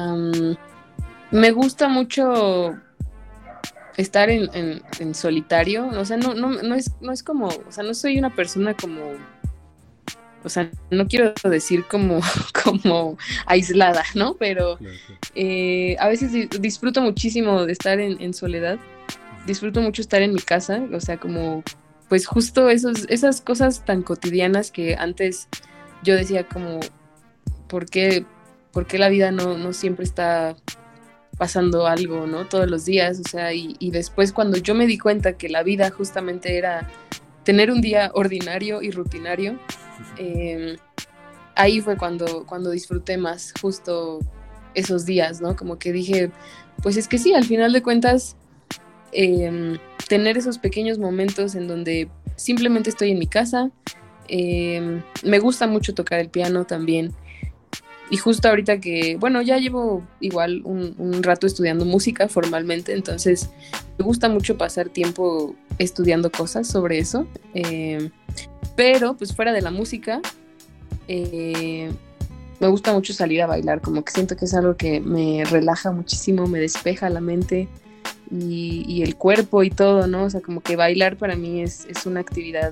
Me gusta mucho estar en solitario, o sea, no es como, o sea, no soy una persona como, o sea, no quiero decir como aislada, ¿no? Pero a veces disfruto muchísimo de estar en soledad, disfruto mucho estar en mi casa, o sea, como, pues justo esas cosas tan cotidianas que antes yo decía como, ¿por qué la vida no siempre está pasando algo, ¿no? Todos los días, o sea, y después cuando yo me di cuenta que la vida justamente era tener un día ordinario y rutinario, ahí fue cuando disfruté más justo esos días, ¿no? Como que dije, pues es que sí, al final de cuentas, tener esos pequeños momentos en donde simplemente estoy en mi casa. Me gusta mucho tocar el piano también. Y justo ahorita que, bueno, ya llevo igual un rato estudiando música formalmente, entonces me gusta mucho pasar tiempo estudiando cosas sobre eso. Pero pues fuera de la música, me gusta mucho salir a bailar, como que siento que es algo que me relaja muchísimo, me despeja la mente y el cuerpo y todo, ¿no? O sea, como que bailar para mí es una actividad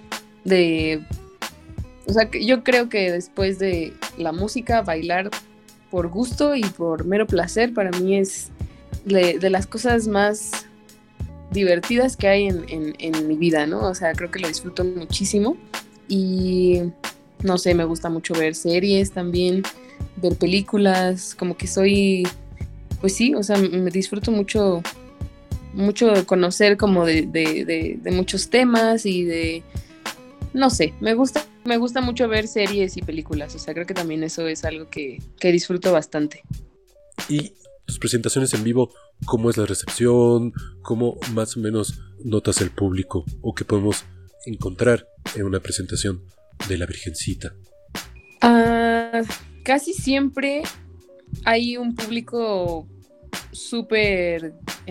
o sea, yo creo que después de la música, bailar por gusto y por mero placer, para mí es de las cosas más divertidas que hay en mi vida, ¿no? O sea, creo que lo disfruto muchísimo y, no sé, me gusta mucho ver series también, ver películas, como que soy, pues sí, o sea, me disfruto mucho conocer como de muchos temas y no sé, me gusta mucho ver series y películas, o sea, creo que también eso es algo que disfruto bastante. ¿Y tus presentaciones en vivo, cómo es la recepción? ¿Cómo más o menos notas el público? ¿O qué podemos encontrar en una presentación de la Virgencita? Casi siempre hay un público súper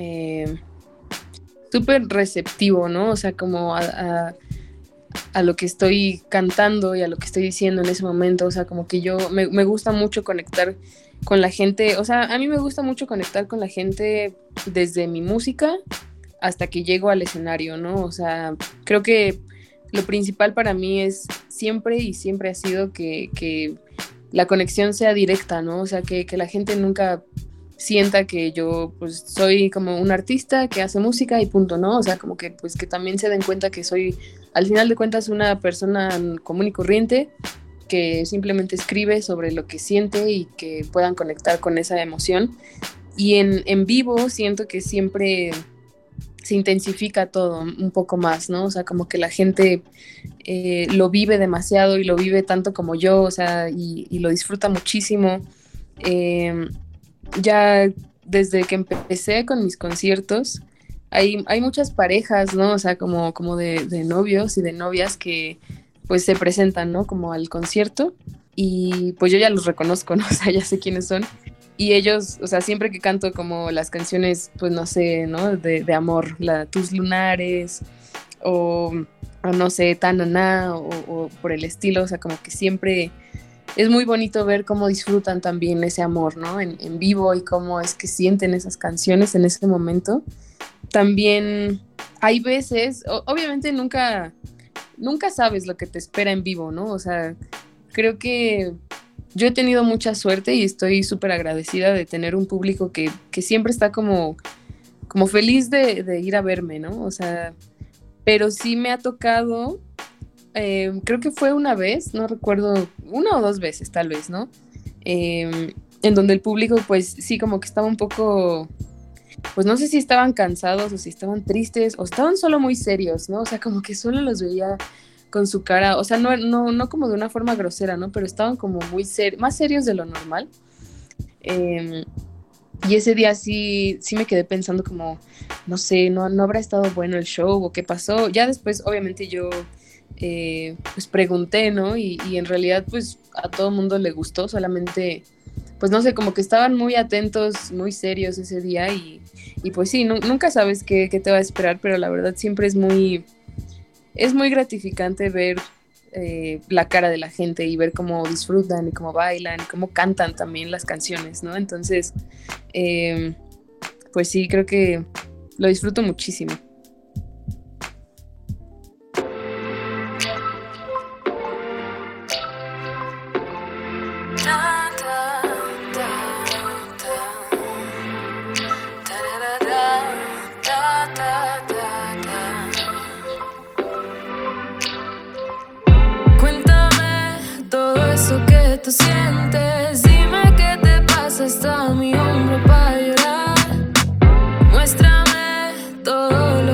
receptivo, ¿no? O sea, como a lo que estoy cantando y a lo que estoy diciendo en ese momento, o sea, como que yo me gusta mucho conectar con la gente, o sea, a mí me gusta mucho conectar con la gente desde mi música hasta que llego al escenario, ¿no? O sea, creo que lo principal para mí es siempre ha sido que la conexión sea directa, ¿no? O sea, que la gente nunca sienta que yo pues soy como un artista que hace música y punto, ¿no? O sea, como que pues que también se den cuenta que soy al final de cuentas una persona común y corriente que simplemente escribe sobre lo que siente y que puedan conectar con esa emoción. Y en vivo siento que siempre se intensifica todo un poco más, ¿no? O sea, como que la gente lo vive demasiado y lo vive tanto como yo, o sea, y lo disfruta muchísimo. Ya desde que empecé con mis conciertos, hay muchas parejas, ¿no? O sea, como de novios y de novias que pues se presentan, ¿no? Como al concierto y pues yo ya los reconozco, ¿no? O sea, ya sé quiénes son. Y ellos, o sea, siempre que canto como las canciones, pues no sé, ¿no? De amor, Tus Lunares o no sé, Tananá o por el estilo, o sea, como que siempre es muy bonito ver cómo disfrutan también ese amor, ¿no? En vivo y cómo es que sienten esas canciones en ese momento. También hay veces, obviamente nunca sabes lo que te espera en vivo, ¿no? O sea, creo que yo he tenido mucha suerte y estoy súper agradecida de tener un público que siempre está como feliz de ir a verme, ¿no? O sea, pero sí me ha tocado, creo que fue una vez, no recuerdo, 1 o 2 veces tal vez, ¿no? En donde el público pues sí como que estaba un poco, pues no sé si estaban cansados o si estaban tristes o estaban solo muy serios, ¿no? O sea, como que solo los veía con su cara, o sea, no como de una forma grosera, ¿no? Pero estaban como muy más serios de lo normal. Y ese día sí me quedé pensando como, no sé, no habrá estado bueno el show o qué pasó. Ya después, obviamente, yo pues pregunté, ¿no? Y en realidad, pues a todo el mundo le gustó, solamente, pues no sé, como que estaban muy atentos, muy serios ese día y pues sí, nunca sabes qué te va a esperar, pero la verdad siempre es muy gratificante ver la cara de la gente y ver cómo disfrutan y cómo bailan y cómo cantan también las canciones, ¿no? Entonces, pues sí, creo que lo disfruto muchísimo. Tú sientes, dime qué te pasa, está mi hombro para llorar. Muéstrame todo lo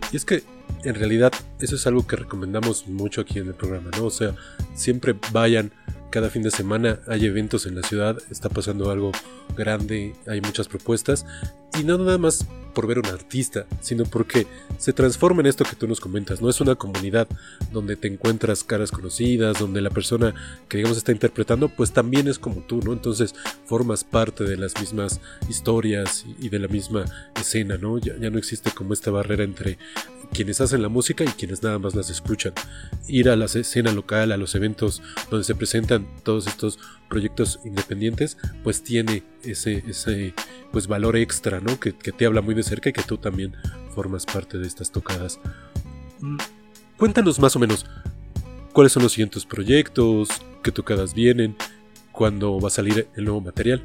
Y es que en realidad eso es algo que recomendamos mucho aquí en el programa, ¿no? O sea, siempre vayan, cada fin de semana hay eventos en la ciudad, está pasando algo grande, hay muchas propuestas, y no nada más por ver un artista, sino porque se transforma en esto que tú nos comentas, ¿no? Es una comunidad donde te encuentras caras conocidas, donde la persona que digamos está interpretando, pues también es como tú, ¿no? Entonces formas parte de las mismas historias y de la misma escena, ¿no? Ya no existe como esta barrera entre quienes hacen la música y quienes nada más las escuchan. Ir a la escena local, a los eventos donde se presentan todos estos proyectos independientes, pues tiene ese pues valor extra, ¿no? Que te habla muy de cerca y que tú también formas parte de estas tocadas. Cuéntanos más o menos cuáles son los siguientes proyectos, qué tocadas vienen, cuándo va a salir el nuevo material.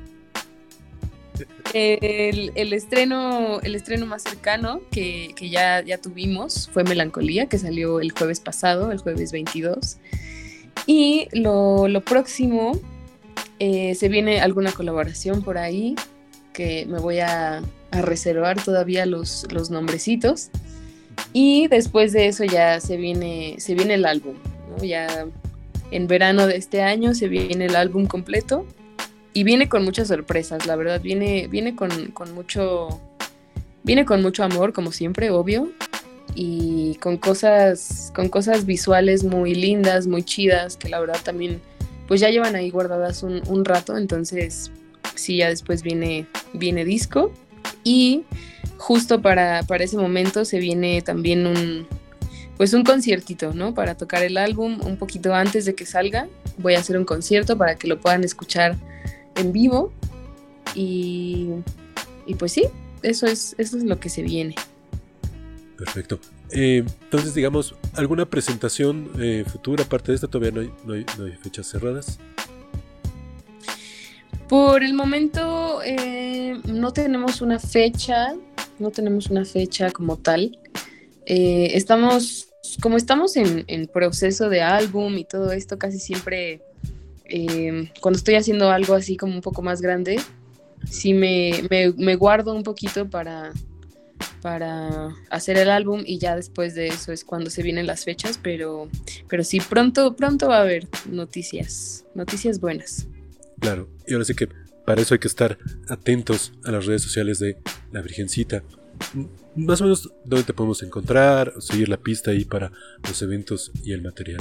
El estreno más cercano que ya tuvimos fue Melancolía, que salió el jueves pasado, el jueves 22. Y lo próximo, se viene alguna colaboración por ahí, que me voy a reservar todavía los nombrecitos. Y después de eso ya se viene el álbum, ¿no? Ya en verano de este año se viene el álbum completo. Y viene con muchas sorpresas, la verdad, viene con mucho amor, como siempre, obvio, y con cosas visuales muy lindas, muy chidas, que la verdad también, pues ya llevan ahí guardadas un rato, entonces sí, ya después viene disco, y justo para ese momento se viene también un conciertito, ¿no? Para tocar el álbum un poquito antes de que salga, voy a hacer un concierto para que lo puedan escuchar en vivo y pues sí, eso es lo que se viene. Perfecto. Entonces, digamos, ¿alguna presentación futura aparte de esta? Todavía no hay fechas cerradas. Por el momento no tenemos una fecha como tal. Estamos en proceso de álbum y todo esto, casi siempre cuando estoy haciendo algo así como un poco más grande, sí me guardo un poquito para hacer el álbum, y ya después de eso es cuando se vienen las fechas, pero sí, pronto va a haber noticias buenas. Claro, y ahora sí que para eso hay que estar atentos a las redes sociales de La Virgencita. Más o menos, ¿dónde te podemos encontrar? Seguir la pista ahí para los eventos y el material.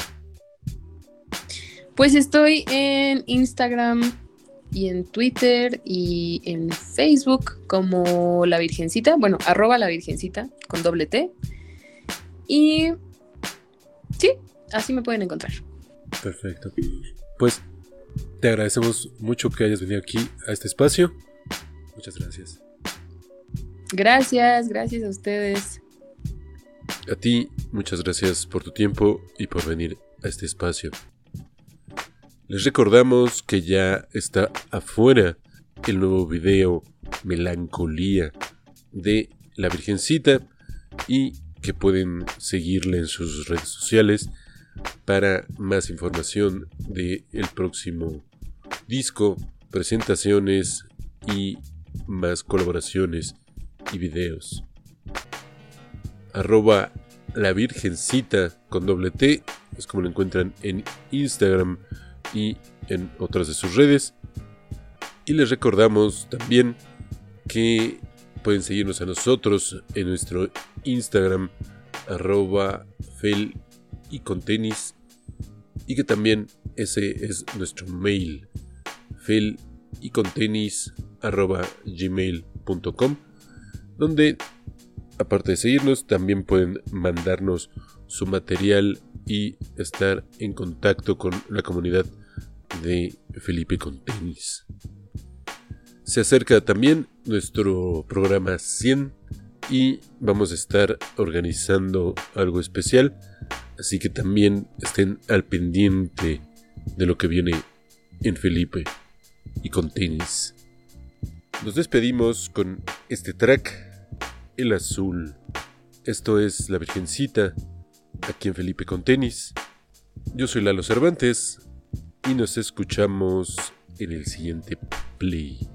Pues estoy en Instagram y en Twitter y en Facebook como La Virgencita, bueno, @lavirgencita con doble T. Y sí, así me pueden encontrar. Perfecto. Pues te agradecemos mucho que hayas venido aquí a este espacio. Muchas gracias. Gracias a ustedes. A ti, muchas gracias por tu tiempo y por venir a este espacio. Les recordamos que ya está afuera el nuevo video Melancolía de La Virgencita y que pueden seguirle en sus redes sociales para más información del próximo disco, presentaciones y más colaboraciones y videos. @lavirgencita con doble T es como lo encuentran en Instagram y en otras de sus redes. Y les recordamos también que pueden seguirnos a nosotros en nuestro Instagram @fel y con tenis, y que también ese es nuestro mail, fel y con tenis @gmail.com, donde aparte de seguirnos también pueden mandarnos su material y estar en contacto con la comunidad de Felipe con Tenis. Se acerca también nuestro programa 100 y vamos a estar organizando algo especial, así que también estén al pendiente de lo que viene en Felipe y con Tenis. Nos despedimos con este track, El Azul. Esto es La Virgencita, aquí en Felipe con Tenis. Yo soy Lalo Cervantes y nos escuchamos en el siguiente play.